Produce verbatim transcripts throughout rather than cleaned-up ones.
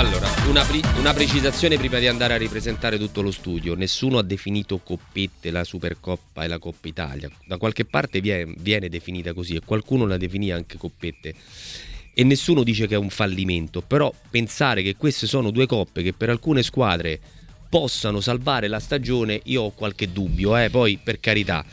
Allora, una, pri- una precisazione prima di andare a ripresentare tutto lo studio. Nessuno ha definito coppette la Supercoppa e la Coppa Italia. Da qualche parte viene, viene definita così e qualcuno la definì anche coppette. E nessuno dice che è un fallimento. Però pensare che queste sono due coppe che per alcune squadre possano salvare la stagione, io ho qualche dubbio. Eh? Poi, per carità,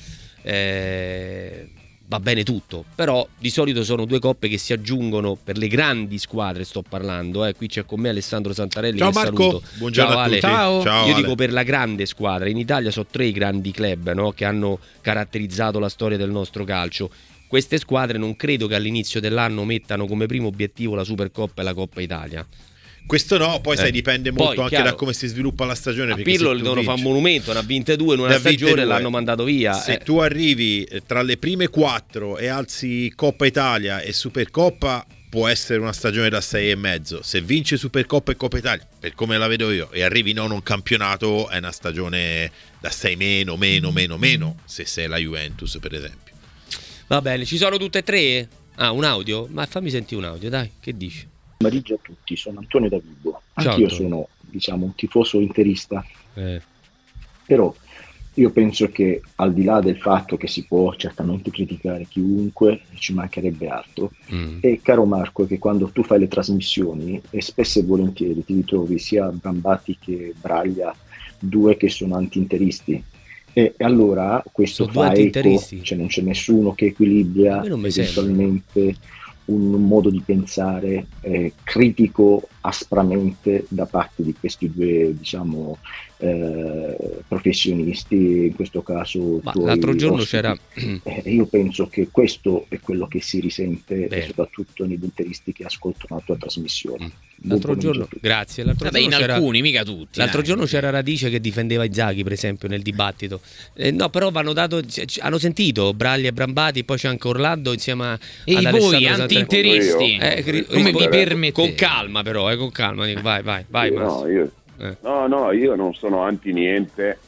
eh, va bene tutto, però di solito sono due coppe che si aggiungono per le grandi squadre, sto parlando, eh. Qui c'è con me Alessandro Santarelli. Ciao che Marco, saluto. buongiorno Ciao, a Ale. tutti. Ciao. Ciao, Io Ale. dico per la grande squadra, in Italia sono tre i grandi club, no? Che hanno caratterizzato la storia del nostro calcio. Queste squadre non credo che all'inizio dell'anno mettano come primo obiettivo la Supercoppa e la Coppa Italia. Questo no, poi Eh. sai, dipende molto Poi, anche chiaro, da come si sviluppa la stagione. A perché Pirlo se gli tu devono vinci- fare un monumento, ne ha vinte due in una ne ha vinte stagione e due. l'hanno mandato via. Se eh. tu arrivi tra le prime quattro e alzi Coppa Italia e Supercoppa, può essere una stagione da sei e mezzo. Se vinci Supercoppa e Coppa Italia, per come la vedo io, e arrivi nono un campionato, è una stagione da sei meno, meno, meno, meno, se sei la Juventus, per esempio. Va bene, ci sono tutte e tre? Ah, un audio? Ma fammi sentire un audio, dai, che dici? Pomeriggio a tutti, sono Antonio da Vibo. Ciao, Anch'io Antonio. sono, diciamo, un tifoso interista, Eh. però io penso che al di là del fatto che si può certamente criticare chiunque, ci mancherebbe altro, Mm. e caro Marco, che quando tu fai le trasmissioni e spesso e volentieri ti ritrovi sia Brambati che Braglia, due che sono anti-interisti, e allora questo Sono due fa eco, anti-interisti? cioè non c'è nessuno che equilibria A me non mi eventualmente un modo di pensare eh, critico aspramente da parte di questi due, diciamo, eh, professionisti, in questo caso Ma tuoi l'altro giorno ospiti. c'era Eh, io penso che questo è quello che si risente, Bene. soprattutto negli interisti che ascoltano la tua trasmissione. Mm. Buon L'altro pomeriggio giorno, a tutti. grazie. L'altro Vabbè, in giorno c'era, alcuni, mica tutti. l'altro dai. giorno c'era Radice che difendeva Inzaghi, per esempio, nel dibattito. Eh, no, però vanno dato, c- c- hanno sentito Braglia e Brambati, poi c'è anche Orlando insieme a, E ad voi Alessandro Santarelli. anti-interisti, Eh, ri- come vi rispondo- permettete? Con calma, però, eh, con calma. Dico, vai, vai, vai, Sì, Massimo. no, io, Eh. no, no, io non sono anti niente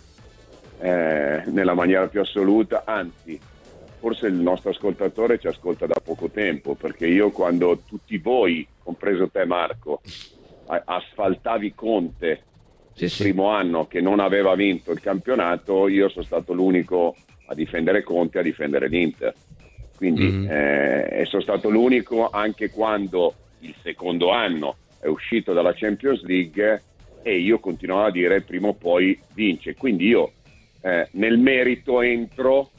eh, nella maniera più assoluta, anzi, forse il nostro ascoltatore ci ascolta da poco tempo, perché io quando tutti voi, compreso te Marco, a- asfaltavi Conte Sì, il sì. primo anno che non aveva vinto il campionato, io sono stato l'unico a difendere Conte e a difendere l'Inter. Quindi Mhm. eh, e sono stato l'unico anche quando il secondo anno è uscito dalla Champions League e io continuavo a dire prima o poi vince. Quindi io eh, nel merito entro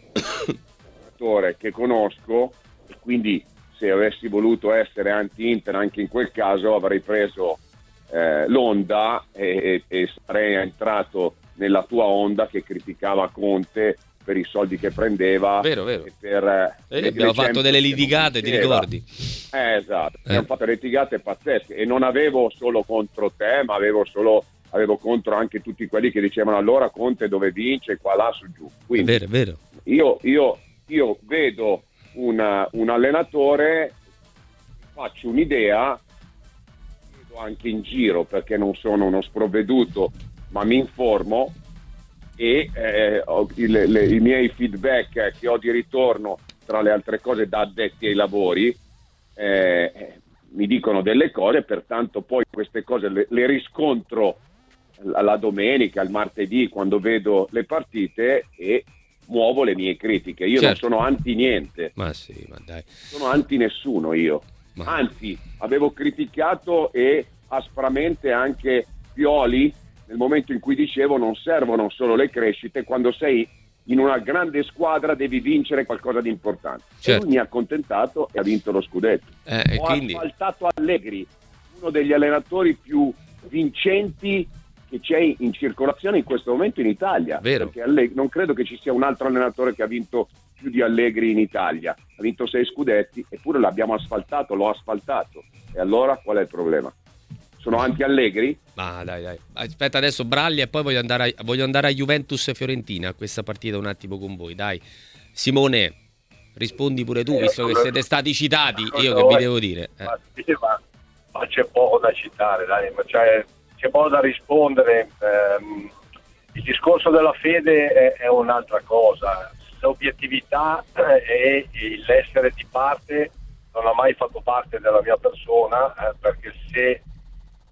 giocatore che conosco, e quindi se avessi voluto essere anti-Inter anche in quel caso avrei preso eh, l'onda e, e, e sarei entrato nella tua onda che criticava Conte per i soldi che prendeva. Vero, vero. E per, eh, Eh, le- abbiamo le fatto delle Champions che non litigate, ti vinceva. ricordi? Eh, esatto, Eh. abbiamo fatto litigate pazzesche e non avevo solo contro te, ma avevo solo avevo contro anche tutti quelli che dicevano allora Conte dove vince, qua là su giù. È Quindi vero, è vero. io, io, io vedo una- un allenatore, faccio un'idea, vedo anche in giro perché non sono uno sprovveduto, ma mi informo e eh, ho- il- le- i miei feedback che ho di ritorno, tra le altre cose da addetti ai lavori, eh, mi dicono delle cose, pertanto poi queste cose le, le riscontro la, la domenica, il martedì, quando vedo le partite e muovo le mie critiche. Io Certo. non sono anti niente, Ma sì, ma dai. sono anti nessuno io. Ma- Anzi, avevo criticato e aspramente anche Pioli nel momento in cui dicevo non servono solo le crescite, quando sei in una grande squadra devi vincere qualcosa di importante. Certo. E lui mi ha accontentato e ha vinto lo scudetto. Eh, e Ho quindi... asfaltato Allegri, uno degli allenatori più vincenti che c'è in circolazione in questo momento in Italia. Vero. Perché Allegri, non credo che ci sia un altro allenatore che ha vinto più di Allegri in Italia. Ha vinto sei scudetti, eppure l'abbiamo asfaltato, l'ho asfaltato. E allora qual è il problema? Sono anti Allegri? Ma dai, dai. Aspetta adesso Braglia e poi voglio andare a, voglio andare a Juventus e Fiorentina, a questa partita un attimo con voi, dai. Simone, rispondi pure tu, visto che siete stati citati, io che vi devo dire? Eh. Ma, sì, ma, ma c'è poco da citare, dai, ma c'è, c'è poco da rispondere. Ehm, il discorso della fede è, è un'altra cosa. L'obiettività eh, e l'essere di parte non ha mai fatto parte della mia persona, eh, perché se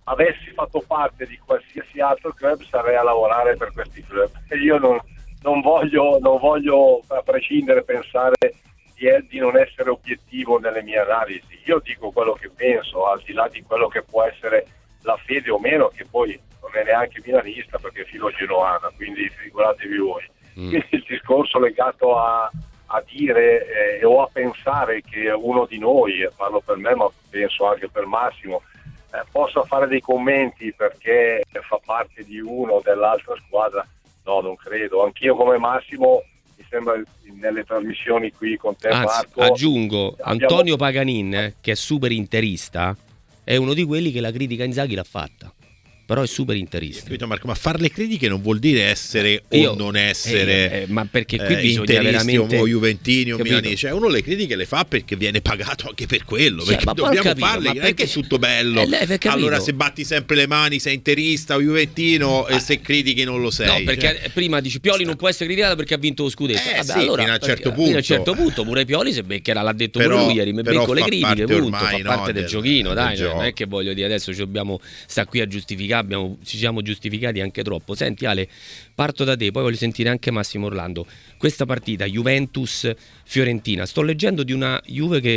avessi fatto parte di qualsiasi altro club sarei a lavorare per questi club, e io non, non voglio non voglio a prescindere pensare di, di non essere obiettivo nelle mie analisi. Io dico quello che penso, al di là di quello che può essere la fede o meno, che poi non è neanche milanista perché è filo genoana, quindi figuratevi voi. Mm. Quindi il discorso legato a, a dire eh, o a pensare che uno di noi, parlo per me ma penso anche per Massimo, eh, possa fare dei commenti perché fa parte di uno o dell'altra squadra, no, non credo. Anch'io come Massimo, mi sembra, nelle trasmissioni qui con te, Anzi, Marco, aggiungo, abbiamo... Antonio Paganin, eh, che è super interista, è uno di quelli che la critica a Inzaghi l'ha fatta, però è super interista. Marco, ma fare le critiche non vuol dire essere Io, o non essere eh, eh, ma perché qui eh, bisogna veramente o juventini o capito? milanesi. Cioè, uno le critiche le fa perché viene pagato anche per quello, Cioè, perché ma dobbiamo capito, farle, non perché... è che è tutto bello. Eh, lei, allora se batti sempre le mani sei interista o juventino, e se critichi non lo sei. No, perché cioè... prima dici Pioli non può essere criticato perché ha vinto lo scudetto. Eh, Vabbè, sì, allora, fino a un certo fino a un certo punto. punto pure Pioli se beccherà, l'ha detto Però- pure lui ieri, mi però becco le fa critiche, parte punto, ormai, fa parte no, del, del- giochino, del dai, gioco. non è che voglio dire adesso ci dobbiamo sta qui a giustificare, abbiamo, ci siamo giustificati anche troppo. Senti Ale, parto da te, poi voglio sentire anche Massimo Orlando. Questa partita Juventus-Fiorentina, sto leggendo di una Juve che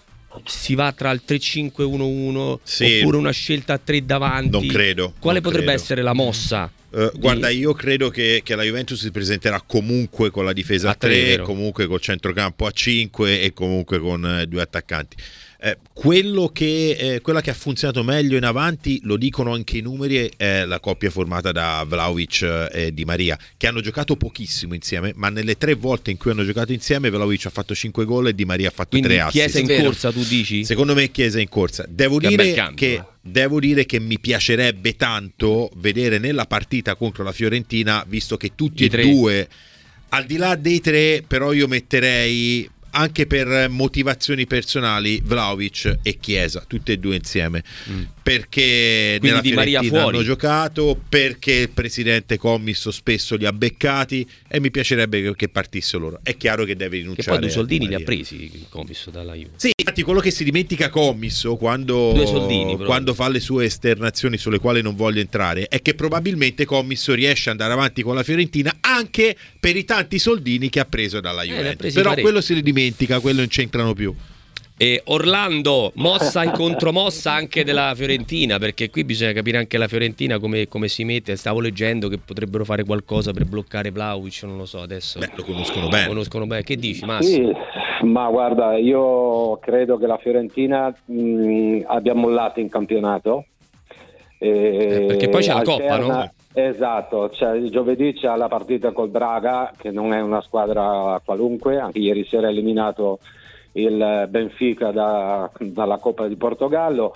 si va tra il tre cinque uno uno Sì. oppure una scelta a tre davanti. Non credo, Quale non potrebbe credo. essere la mossa? Uh, di- guarda, io credo che, che la Juventus si presenterà comunque con la difesa a A tre, tre, vero. comunque col centrocampo a cinque e comunque con eh, due attaccanti. Eh, quello che, eh, quella che ha funzionato meglio in avanti, lo dicono anche i numeri, è la coppia formata da Vlahovic e Di Maria, che hanno giocato pochissimo insieme, ma nelle tre volte in cui hanno giocato insieme Vlahovic ha fatto cinque gol e Di Maria ha fatto Quindi tre assist. Chiesa in Vero. corsa, tu dici? Secondo me Chiesa è in corsa. Devo Che dire bel cambio, che eh. devo dire che mi piacerebbe tanto vedere nella partita contro la Fiorentina, visto che tutti I e tre. due, al di là dei tre, però io metterei anche per motivazioni personali Vlahovic e Chiesa, tutte e due insieme, Mm. perché Quindi nella Di Maria Fiorentina fuori. hanno giocato, perché il presidente Commisso spesso li ha beccati e mi piacerebbe che, che partisse loro. È chiaro che deve Che rinunciare poi due a soldini Di li ha Maria. presi il commisso dalla Juve. Sì, infatti quello che si dimentica Commisso quando, Due soldini, proprio. quando fa le sue esternazioni sulle quali non voglio entrare è che probabilmente Commisso riesce ad andare avanti con la Fiorentina anche per i tanti soldini che ha preso dalla Eh, ne ha Juventus. presi Però parecchi. quello si dimentica, quello non c'entrano più. E Orlando, mossa in contromossa anche della Fiorentina, perché qui bisogna capire anche la Fiorentina come, come si mette. Stavo leggendo che potrebbero fare qualcosa per bloccare Vlahovic, non lo so adesso. Beh, lo conoscono bene. Conoscono bene. Che dici, Massimo? Sì, ma guarda, io credo che la Fiorentina mh, abbia mollato in campionato. E Eh, perché poi c'è la Coppa, alterna- no? Esatto, cioè, il giovedì c'è la partita col Braga, che non è una squadra qualunque, anche ieri sera ha eliminato il Benfica da- dalla Coppa di Portogallo.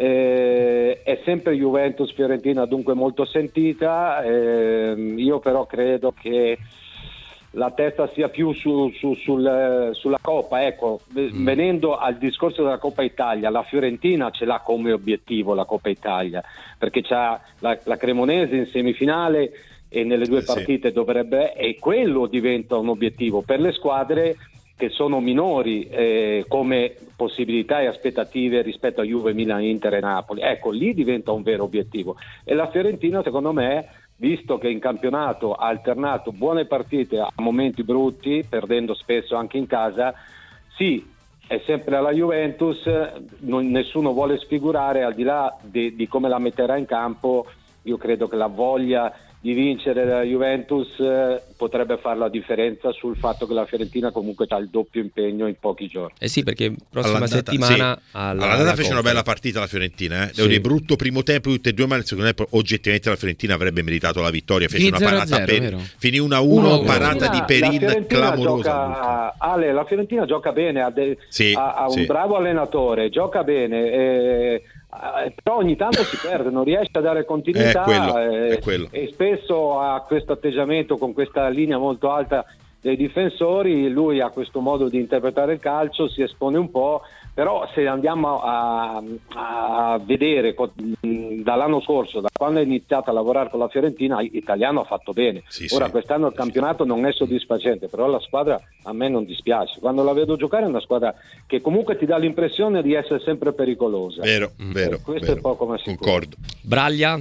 Eh, è sempre Juventus-Fiorentina, dunque molto sentita. Eh, io però credo che la testa sia più su, su- sul- sulla Coppa. Ecco, Mm. venendo al discorso della Coppa Italia, la Fiorentina ce l'ha come obiettivo la Coppa Italia, perché c'ha la, la Cremonese in semifinale e nelle due Eh, sì. partite dovrebbe, e quello diventa un obiettivo per le squadre che sono minori eh, come possibilità e aspettative rispetto a Juve, Milan, Inter e Napoli. Ecco, lì diventa un vero obiettivo. E la Fiorentina, secondo me, visto che in campionato ha alternato buone partite a momenti brutti, perdendo spesso anche in casa, sì, è sempre alla Juventus, non- nessuno vuole sfigurare, al di là di, di come la metterà in campo. Io credo che la voglia di vincere la Juventus eh, potrebbe fare la differenza sul fatto che la Fiorentina comunque ha il doppio impegno in pochi giorni. Eh sì, perché prossima All'andata- settimana sì. alla, All'andata alla fece una Conference. bella partita la Fiorentina, eh. Sì. Devo dire, brutto primo tempo tutte e due, ma secondo me oggettivamente la Fiorentina avrebbe meritato la vittoria. Fece Finì una zero a parata zero, per vero? finì uno a uno, uno a uno. parata di La Perin Fiorentina clamorosa. gioca, Ale, la Fiorentina gioca bene, ha, de- Sì, ha- ha un sì. bravo allenatore, gioca bene, eh, eh, però ogni tanto si perde, non riesce a dare continuità È quello, eh, è quello. e spesso ha questo atteggiamento con questa linea molto alta dei difensori. Lui ha questo modo di interpretare il calcio, si espone un po', Però se andiamo a, a vedere dall'anno scorso, da quando è iniziato a lavorare con la Fiorentina, Italiano ha fatto bene. Sì, Ora sì. quest'anno il campionato non è soddisfacente, però la squadra a me non dispiace. Quando la vedo giocare è una squadra che comunque ti dà l'impressione di essere sempre pericolosa. Vero, vero. Questo vero. è poco ma sicuro. Concordo. Braglia?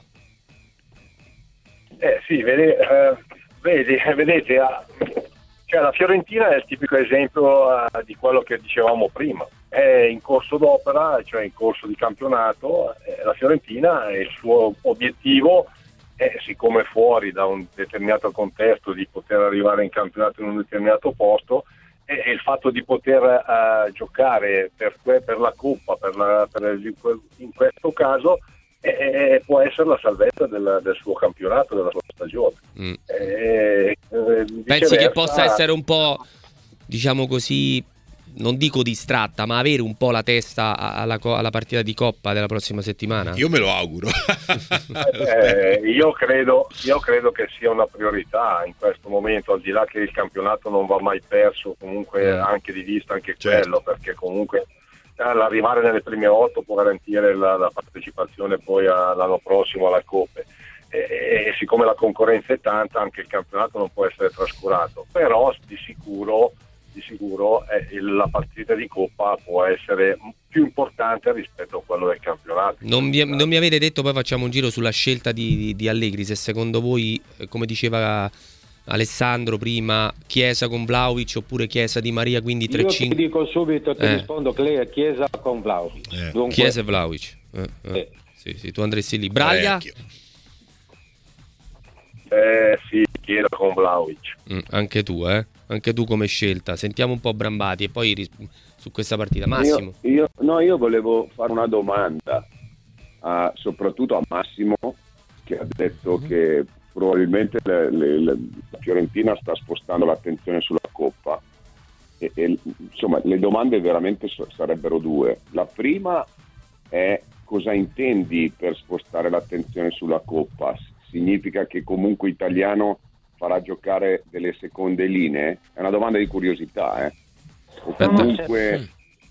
Eh sì, vede, eh, vedi, vedete, ah, cioè la Fiorentina è il tipico esempio ah, di quello che dicevamo prima. È in corso d'opera, cioè in corso di campionato, eh, la Fiorentina e il suo obiettivo è, siccome è fuori da un determinato contesto di poter arrivare in campionato in un determinato posto, e il fatto di poter uh, giocare per, per la Coppa, per la, per il, in questo caso, eh, può essere la salvezza del, del suo campionato, della sua stagione. Mm. Eh, eh, Pensi che possa essere un po', diciamo così, non dico distratta, ma avere un po' la testa alla, alla partita di Coppa della prossima settimana? Io me lo auguro. eh, io, credo, io credo che sia una priorità in questo momento, al di là che il campionato non va mai perso, comunque mm. anche di vista anche certo. quello, perché comunque l'arrivare nelle prime otto può garantire la, la partecipazione poi a, l'anno prossimo alla Coppa. E, e siccome la concorrenza è tanta, anche il campionato non può essere trascurato, però di sicuro di sicuro eh, la partita di Coppa può essere più importante rispetto a quello del campionato. Non vi, non mi avete detto, poi facciamo un giro sulla scelta di, di, di Allegri, se secondo voi, come diceva Alessandro prima, Chiesa con Vlahovic oppure Chiesa Di Maria, quindi tre Io cinque. ti dico subito, ti eh. rispondo che Chiesa con Vlahovic. Eh. Dunque, Chiesa e Vlahovic. Eh, eh. Eh. Sì, sì, tu andresti lì. Braglia? Parecchio. Eh sì, Chiesa con Vlahovic. Mm, anche tu, eh? Anche tu come scelta. Sentiamo un po' Brambati e poi ris- su questa partita. Massimo? Io, io, no, io volevo fare una domanda, a, soprattutto a Massimo, che ha detto mm-hmm. che probabilmente le, le, le, la Fiorentina sta spostando l'attenzione sulla Coppa. E, e, insomma, le domande veramente so, sarebbero due. La prima è: cosa intendi per spostare l'attenzione sulla Coppa? Significa che comunque Italiano farà giocare delle seconde linee? È una domanda di curiosità, eh? O comunque,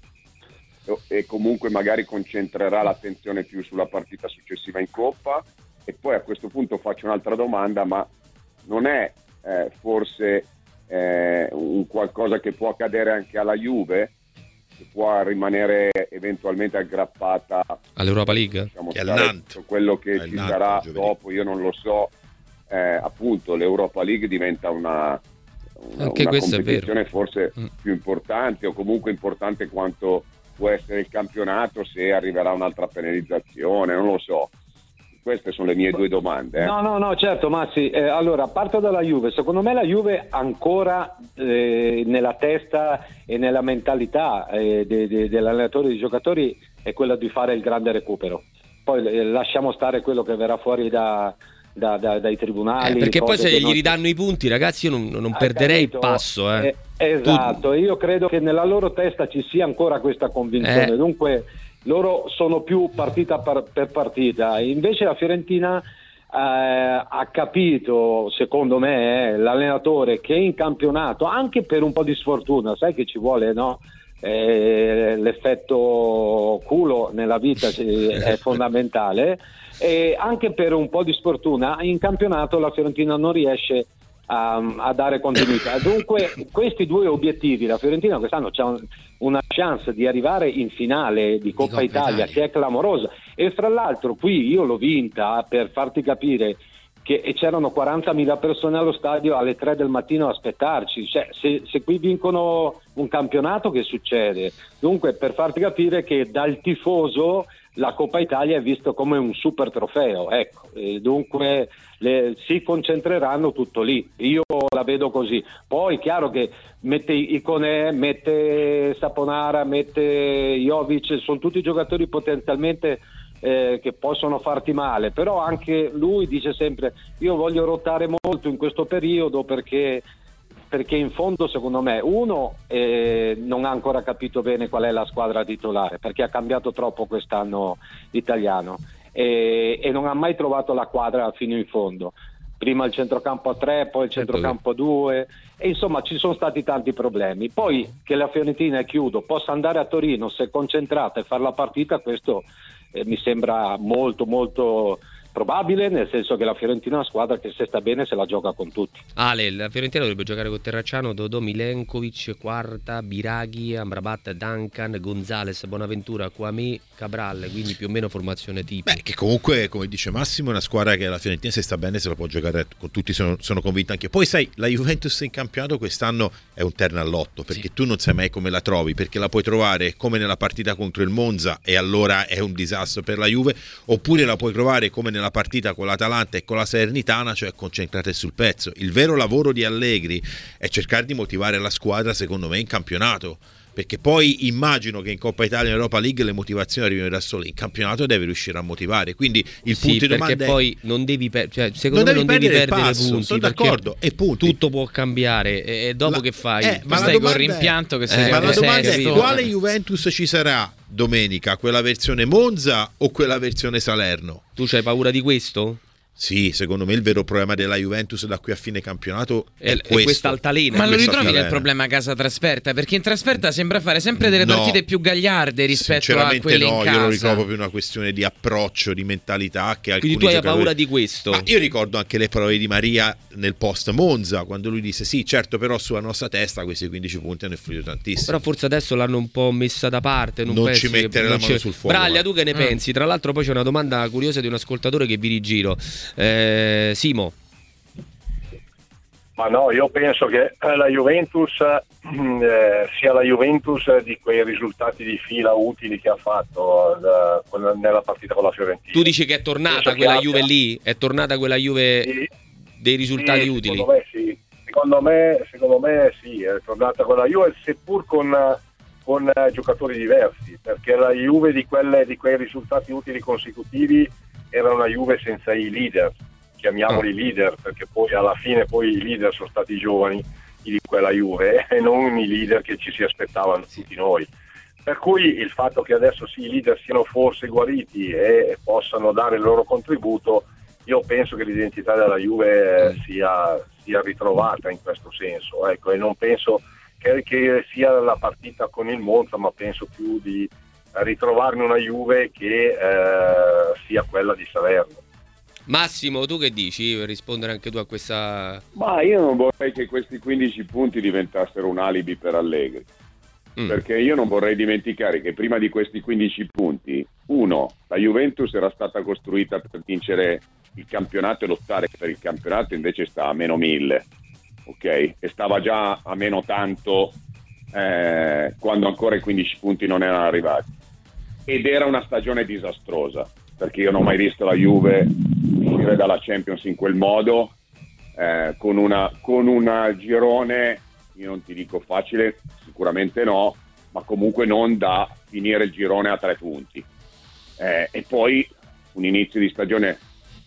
e comunque magari concentrerà l'attenzione più sulla partita successiva in Coppa. E poi a questo punto faccio un'altra domanda: ma non è eh, forse eh, un qualcosa che può accadere anche alla Juve, che può rimanere eventualmente aggrappata all'Europa League? Diciamo, che Nantes. Quello che Al ci Nantes, sarà giovedì. dopo, io non lo so. Eh, appunto l'Europa League diventa una, una, Anche una questo è competizione vero. forse Mm. più importante, o comunque importante quanto può essere il campionato, se arriverà un'altra penalizzazione, non lo so. Queste sono le mie due domande. Eh. No, no, no, certo, Massi. Eh, allora, parto dalla Juve. Secondo me la Juve ancora eh, nella testa e nella mentalità eh, de, de, dell'allenatore e dei giocatori è quella di fare il grande recupero. Poi eh, lasciamo stare quello che verrà fuori da, da, da, dai tribunali. Eh, perché poi se gli non... ridanno i punti, ragazzi, io non, non Hai perderei capito? il passo. Eh. Eh, esatto, Tu... io credo che nella loro testa ci sia ancora questa convinzione. Eh. Dunque loro sono più partita per, per partita. Invece la Fiorentina eh, ha capito, secondo me, eh, l'allenatore, che in campionato, anche per un po' di sfortuna, sai che ci vuole, no? Eh, l'effetto culo nella vita è fondamentale, e anche per un po' di sfortuna in campionato la Fiorentina non riesce a, a dare continuità. Dunque questi due obiettivi, la Fiorentina quest'anno c'ha una chance di arrivare in finale di Coppa, di Coppa Italia, Italia, che è clamorosa, e fra l'altro qui io l'ho vinta, per farti capire che c'erano quarantamila persone allo stadio alle tre del mattino a aspettarci. Cioè, se, se qui vincono un campionato, che succede? Dunque, per farti capire che dal tifoso la Coppa Italia è visto come un super trofeo, ecco, e dunque le, si concentreranno tutto lì. Io la vedo così. Poi chiaro che mette Iconè, mette Saponara, mette Jovic, sono tutti giocatori potenzialmente Eh, che possono farti male, però anche lui dice sempre: io voglio ruotare molto in questo periodo, perché perché in fondo secondo me uno eh, non ha ancora capito bene qual è la squadra titolare, perché ha cambiato troppo quest'anno l'italiano, e, e non ha mai trovato la quadra fino in fondo. prima il centrocampo a tre, poi il centrocampo a due, e insomma ci sono stati tanti problemi. Poi che la Fiorentina, e chiudo, possa andare a Torino se concentrata e fare la partita, questo eh, mi sembra molto molto probabile, nel senso che la Fiorentina è una squadra che se sta bene se la gioca con tutti. Ale, la Fiorentina dovrebbe giocare con Terracciano, Dodò, Milenkovic, Quarta, Biraghi, Amrabat, Duncan, Gonzales, Bonaventura, Kwame, Cabral, quindi più o meno formazione tipo. Beh, che comunque, come dice Massimo, è una squadra che la Fiorentina, se sta bene, se la può giocare con tutti, sono, sono convinto anche io. Poi sai, la Juventus in campionato quest'anno è un terno all'otto, perché sì, tu non sai mai come la trovi, perché la puoi trovare come nella partita contro il Monza e allora è un disastro per la Juve, oppure la puoi trovare come nella partita con l'Atalanta e con la Salernitana, cioè concentrate sul pezzo. Il vero lavoro di Allegri è cercare di motivare la squadra, secondo me, in campionato, perché poi immagino che in Coppa Italia e in Europa League le motivazioni arrivino da sole, in campionato deve riuscire a motivare, quindi il sì, punto di domanda perché è poi non devi per... cioè, secondo non me devi non devi perdere perdere passo, punti, sono d'accordo, e punti. Tutto può cambiare e dopo la... che fai? Eh, ma stai la col è... rimpianto che eh, sei ma la domanda sesto. è quale Juventus ci sarà domenica, quella versione Monza o quella versione Salerno? Tu c'hai paura di questo? Sì, secondo me il vero problema della Juventus da qui a fine campionato è, è questo. questa altalena. Ma lo Questa ritrovi altalena. nel problema casa trasferta? Perché in trasferta sembra fare sempre delle No, partite più gagliarde rispetto a quelle no, in casa. io lo ritrovo più una questione di approccio, di mentalità, che alcuni Quindi tu hai giocatori... paura di questo? Ma io ricordo anche le parole di Maria nel post Monza, quando lui disse sì, certo, però sulla nostra testa questi quindici punti hanno influito tantissimo. Però forse adesso l'hanno un po' messa da parte. Non, Non pensi ci mettere che... la non mano ci... sul fuoco. Braglia, tu che ne Mm. pensi? Tra l'altro poi c'è una domanda curiosa di un ascoltatore che vi rigiro. Eh, Simo. Ma no, io penso che la Juventus eh, sia la Juventus di quei risultati di fila utili che ha fatto eh, nella partita con la Fiorentina. Tu dici che è tornata Penso quella che Juve abbia... lì? È tornata quella Juve sì, dei risultati sì, utili? Secondo me sì, secondo me, secondo me sì, è tornata quella Juve, seppur con, con uh, giocatori diversi, perché la Juve di, quelle, di quei risultati utili consecutivi era una Juve senza i leader, chiamiamoli oh. leader, perché poi alla fine poi i leader sono stati i giovani di quella Juve e non i leader che ci si aspettavano tutti noi. Per cui il fatto che adesso sì, i leader siano forse guariti e possano dare il loro contributo, io penso che l'identità della Juve sia, sia ritrovata in questo senso, ecco, e non penso che, che sia la partita con il Monza, ma penso più di ritrovarne una Juve che eh, sia quella di Salerno. Massimo, tu che dici? Per rispondere anche tu a questa... Ma io non vorrei che questi quindici punti diventassero un alibi per Allegri, mm. perché io non vorrei dimenticare che prima di questi quindici punti, uno, la Juventus era stata costruita per vincere il campionato e lottare per il campionato, invece sta a meno mille, ok? E stava già a meno tanto eh, quando ancora i quindici punti non erano arrivati. Ed era una stagione disastrosa, perché io non ho mai visto la Juve uscire dalla Champions in quel modo, eh, con una con una girone, io non ti dico facile, sicuramente no, ma comunque non da finire il girone a tre punti. Eh, e poi un inizio di stagione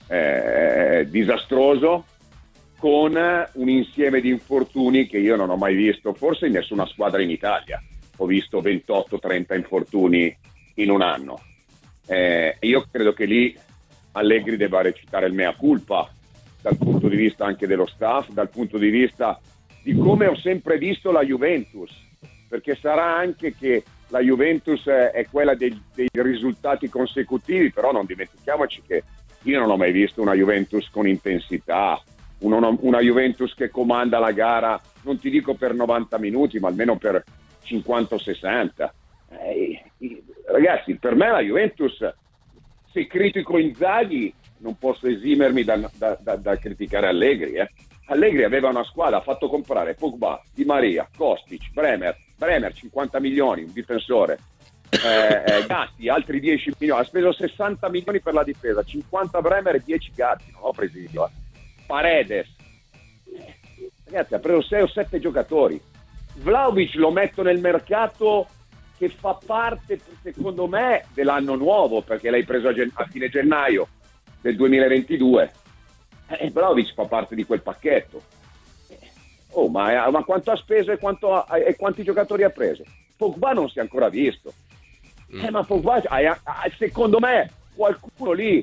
eh, disastroso, con un insieme di infortuni che io non ho mai visto, forse in nessuna squadra in Italia. Ho visto ventotto trenta infortuni in un anno. Eh, io credo che lì Allegri debba recitare il mea culpa dal punto di vista anche dello staff, dal punto di vista di come ho sempre visto la Juventus, perché sarà anche che la Juventus è quella dei, dei risultati consecutivi, però non dimentichiamoci che io non ho mai visto una Juventus con intensità, una, una Juventus che comanda la gara, non ti dico per novanta minuti, ma almeno per cinquanta sessanta. Eh, ragazzi, per me la Juventus, se critico Inzaghi non posso esimermi da, da, da, da criticare Allegri. eh. Allegri aveva una squadra, ha fatto comprare Pogba, Di Maria, Kostic, Bremer, Bremer cinquanta milioni, un difensore, eh, eh, Gatti altri dieci milioni, ha speso sessanta milioni per la difesa, cinquanta Bremer e dieci Gatti, non ho preso io. Paredes, ragazzi, ha preso sei o sette giocatori. Vlahovic lo metto nel mercato che fa parte, secondo me, dell'anno nuovo, perché l'hai preso a, gen- a fine gennaio del duemilaventidue, e Vlahovic fa parte di quel pacchetto. Oh, ma, ma quanto ha speso e, quanto ha, e quanti giocatori ha preso? Pogba non si è ancora visto. Eh, ma Pogba, secondo me, qualcuno lì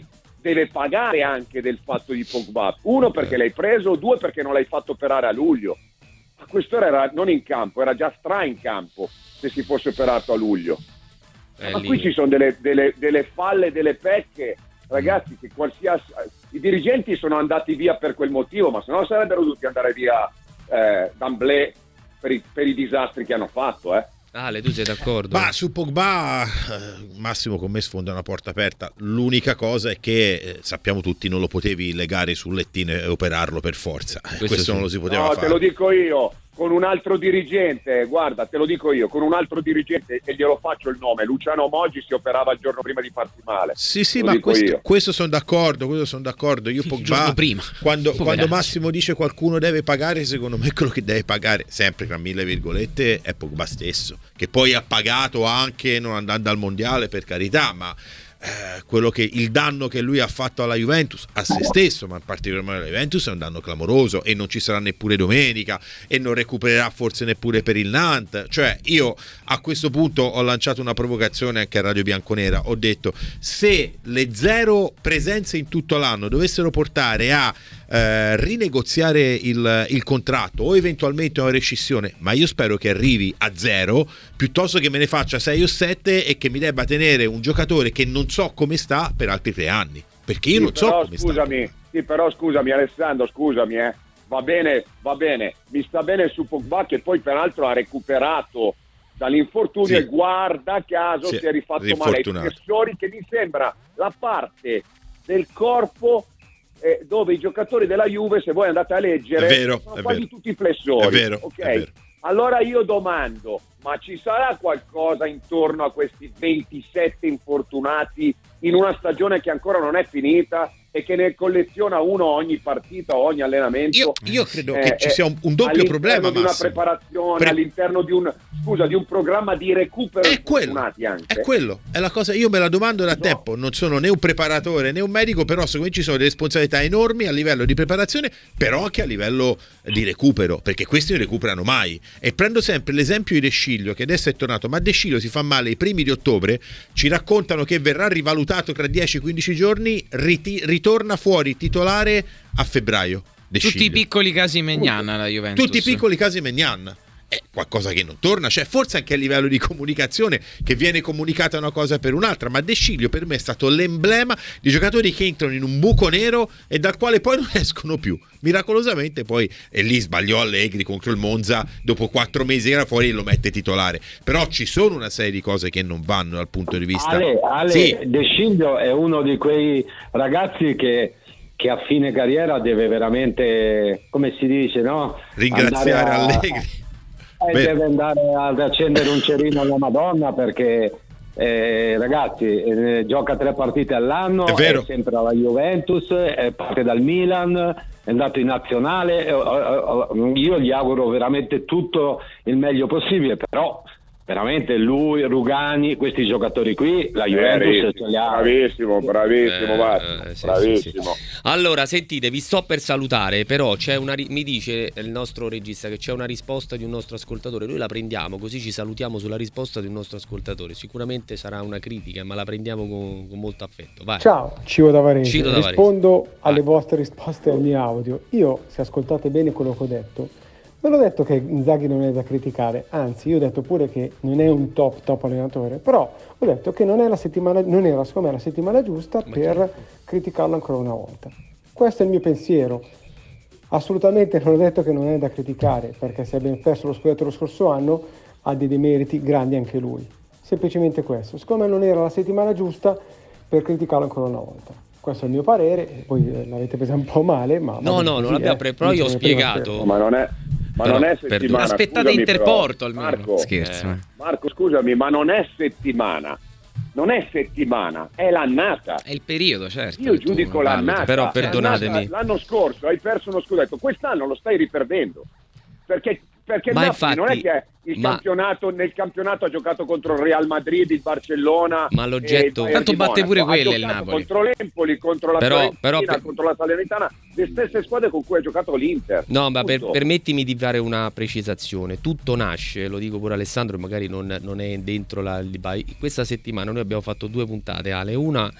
deve pagare anche del fatto di Pogba. Uno, perché l'hai preso, due, perché non l'hai fatto operare a luglio. A quest'ora era non in campo, era già stra in campo se si fosse operato a luglio. Eh, Ma lì. qui ci sono delle, delle, delle falle, delle pecche, ragazzi, che qualsiasi... I dirigenti sono andati via per quel motivo, ma se no sarebbero dovuti andare via eh, d'amblè per i, per i disastri che hanno fatto, eh. Ale, tu sei d'accordo? Ma su Pogba, eh, Massimo con me sfonda una porta aperta. L'unica cosa è che eh, sappiamo tutti, non lo potevi legare sul lettino e operarlo per forza. Questo, Questo sì. non lo si poteva no, fare. te lo dico io, con un altro dirigente, guarda, te lo dico io, con un altro dirigente, e glielo faccio il nome, Luciano Moggi si operava il giorno prima di farsi male. Sì, sì, Lo ma dico questo, io. questo sono d'accordo, questo sono d'accordo. Io Pogba, giorno prima. quando, Poveraccio. quando Massimo dice qualcuno deve pagare, secondo me quello che deve pagare, sempre tra mille virgolette, è Pogba stesso, che poi ha pagato anche non andando al mondiale, per carità, ma eh, quello che il danno che lui ha fatto alla Juventus, a se stesso, ma in particolare alla Juventus, è un danno clamoroso, e non ci sarà neppure domenica, e non recupererà forse neppure per il Nantes. Cioè, io a questo punto ho lanciato una provocazione anche a Radio Bianconera, ho detto: se le zero presenze in tutto l'anno dovessero portare a eh, rinegoziare il, il contratto o eventualmente una rescissione, ma io spero che arrivi a zero piuttosto che me ne faccia sei o sette e che mi debba tenere un giocatore che non so come sta per altri tre anni, perché io Sì, non so però, come scusami, sta. sì, però scusami Alessandro, scusami, eh. va bene, va bene, mi sta bene su Pogba, che poi peraltro ha recuperato dall'infortunio, Sì. e guarda caso Sì, si è rifatto male ai rinfortunato. flessori, che mi sembra la parte del corpo eh, dove i giocatori della Juve, se voi andate a leggere, È vero, sono è quasi vero. tutti flessori. È vero, ok? è vero. Allora io domando, ma ci sarà qualcosa intorno a questi ventisette infortunati in una stagione che ancora non è finita e che ne colleziona uno ogni partita o ogni allenamento? Io, io credo Eh, che ci eh, sia un, un doppio all'interno problema, di una Massimo. preparazione, Pre- all'interno di un scusa di un programma di recupero È quello, infortunati anche. è quello, è la cosa. Io me la domando da No. tempo. Non sono né un preparatore né un medico, però secondo me ci sono delle responsabilità enormi a livello di preparazione, però anche a livello di recupero, perché questi non recuperano mai. E prendo sempre l'esempio di De Sciglio, che adesso è tornato, ma De Sciglio si fa male i primi di ottobre, ci raccontano che verrà rivalutato tra dieci quindici giorni, riti- ritorna fuori titolare a febbraio. De Tutti i Sciglio. piccoli casi Maignan alla Juventus. Tutti i piccoli casi Maignan. È qualcosa che non torna, cioè forse anche a livello di comunicazione, che viene comunicata una cosa per un'altra, ma De Sciglio per me è stato l'emblema di giocatori che entrano in un buco nero e dal quale poi non escono più. Miracolosamente poi, e lì sbagliò Allegri contro il Monza, dopo quattro mesi era fuori e lo mette titolare. Però ci sono una serie di cose che non vanno dal punto di vista... Ale, Ale Sì. De Sciglio è uno di quei ragazzi che, che a fine carriera deve veramente, come si dice, no? Ringraziare Andare a- Allegri. Eh, Beh. deve andare ad accendere un cerino alla Madonna, perché eh, ragazzi eh, gioca tre partite all'anno, È vero. sempre alla Juventus, eh, parte dal Milan, è andato in nazionale, eh, eh, io gli auguro veramente tutto il meglio possibile, però veramente lui, Rugani, questi giocatori qui, la Juventus ce li ha. Bravissimo, bravissimo, Eh, Massimo, eh, sì, bravissimo. sì, sì. Allora, sentite, vi sto per salutare, però c'è una ri- mi dice il nostro regista che c'è una risposta di un nostro ascoltatore. Noi la prendiamo, così ci salutiamo sulla risposta di un nostro ascoltatore. Sicuramente sarà una critica, ma la prendiamo con, con molto affetto. Vai. Ciao, Civo da Varese. Ciro da Varese. Rispondo alle Vai. vostre risposte al mio audio. Io, se ascoltate bene quello che ho detto, non ho detto che Inzaghi non è da criticare, anzi io ho detto pure che non è un top top allenatore, però ho detto che non, è la settimana, non era secondo me la settimana giusta per criticarlo ancora una volta. Questo è il mio pensiero. Assolutamente non ho detto che non è da criticare, perché se abbiamo perso lo scudetto lo scorso anno ha dei demeriti grandi anche lui. Semplicemente questo. Secondo me non era la settimana giusta per criticarlo ancora una volta. Questo è il mio parere, voi eh, l'avete presa un po' male, ma... No, va no, così, non l'abbiamo eh. pre- però io ho Non ce ne frega spiegato. niente. Ma non è, ma Però, non è perdona. settimana. Aspettate scusami, Interporto però. almeno. Marco, Scherzo. Eh. Marco, scusami, ma non è settimana. Non è settimana, è l'annata. È il periodo, certo. Io che tu giudico valuti. l'annata. Però perdonatemi. L'annata- L'anno scorso hai perso uno scudetto, quest'anno lo stai riperdendo. Perché, perché il Ma Napoli infatti- non è che il ma- campionato, nel campionato ha giocato contro il Real Madrid, il Barcellona. Ma l'oggetto- e il Bayern Tanto di batte Monaco. pure Ha quelle il giocato Napoli. contro l'Empoli, contro la Però- Fiorentina, però per- contro la Salernitana, le stesse squadre con cui ha giocato l'Inter. No, ma per- Punto. permettimi di fare una precisazione. Tutto nasce, lo dico pure Alessandro, magari non, non è dentro la, il- questa settimana noi abbiamo fatto due puntate, Ale. Una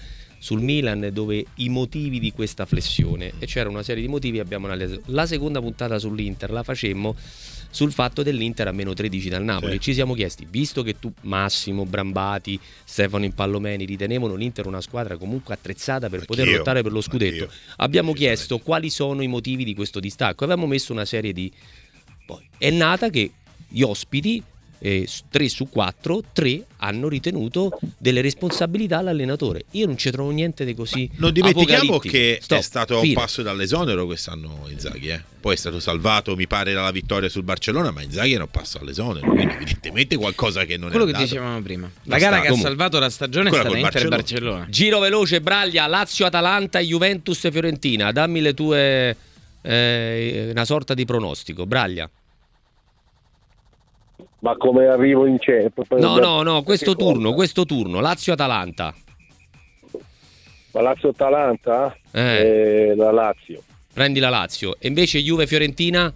sul Milan, dove i motivi di questa flessione, e c'era una serie di motivi, abbiamo analizzato. La seconda puntata sull'Inter la facemmo sul fatto dell'Inter a meno tredici dal Napoli. Sì. Ci siamo chiesti, visto che tu, Massimo, Brambati, Stefano Impallomeni ritenevano l'Inter una squadra comunque attrezzata per Anch'io, poter lottare per lo scudetto, anch'io. abbiamo chiesto quali sono i motivi di questo distacco. Avevamo messo una serie di... Poi è nata che gli ospiti, eh, tre su quattro, tre hanno ritenuto delle responsabilità all'allenatore. Io non ci trovo niente di così. Non dimentichiamo apocalittico. che Stop, è stato a fine. un passo dall'esonero quest'anno Inzaghi, eh? Poi è stato salvato, mi pare, dalla vittoria sul Barcellona, ma Inzaghi era un passo all'esonero, quindi evidentemente qualcosa che non quello è che andato. dicevamo prima, la Non gara sta- che comunque. ha salvato la stagione è Quella stata col Inter e Barcellona. Barcellona. Giro veloce, Braglia, Lazio, Atalanta, Juventus e Fiorentina. Dammi le tue eh, una sorta di pronostico, Braglia. Ma come arrivo in centro? No, no, no, questo Che cosa? turno, questo turno, Lazio-Atalanta. Ma Lazio-Atalanta? Eh. Eh, la Lazio. Prendi la Lazio. E invece Juve-Fiorentina?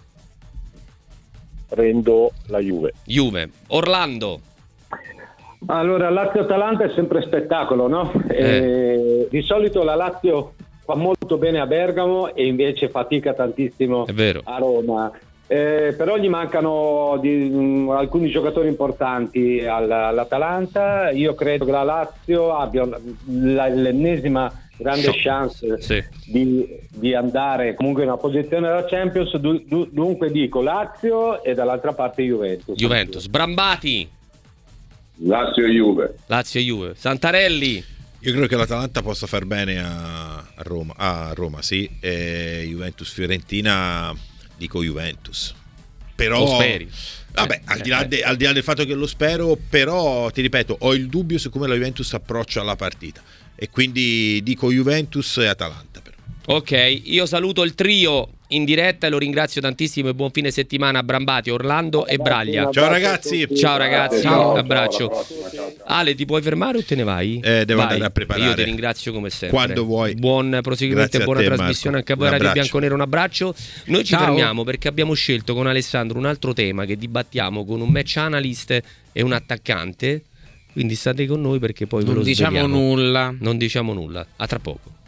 Prendo la Juve. Juve. Orlando. Allora, Lazio-Atalanta è sempre spettacolo, no? Eh, di solito la Lazio fa molto bene a Bergamo e invece fatica tantissimo È vero. a Roma. Eh, però gli mancano di, mh, alcuni giocatori importanti all- all'Atalanta. Io credo che la Lazio abbia la- l'ennesima grande Sì. chance Sì. di, di andare comunque in una posizione della Champions. Du- du- dunque dico Lazio e dall'altra parte Juventus. Juventus. Brambati. Lazio e Juve. Lazio e Juve. Santarelli. Io credo che l'Atalanta possa far bene a, a Roma, a Roma, sì. E Juventus-Fiorentina, dico Juventus. Però, Lo speri. vabbè, Eh, al, di là eh, de- al di là del fatto che lo spero, però ti ripeto, ho il dubbio su come la Juventus approccia la partita. E quindi dico Juventus e Atalanta. Però. Ok, io saluto il trio in diretta e lo ringrazio tantissimo e buon fine settimana a Brambati, Orlando e Braglia. Ciao ragazzi. Ciao ragazzi, Ciao, abbraccio. ciao, alla prossima, ciao, ciao. Ale, ti puoi fermare o te ne vai? Eh, devo Vai. andare a preparare. Io ti ringrazio come sempre. Quando vuoi. Buon proseguimento Grazie e a buona te, trasmissione Marco. anche a voi Un Radio abbraccio. Bianconero. Un abbraccio. Noi ci Ciao. fermiamo perché abbiamo scelto con Alessandro un altro tema che dibattiamo con un match analyst e un attaccante. Quindi state con noi perché poi ve Non lo diciamo sveliamo. nulla. Non diciamo nulla. A tra poco.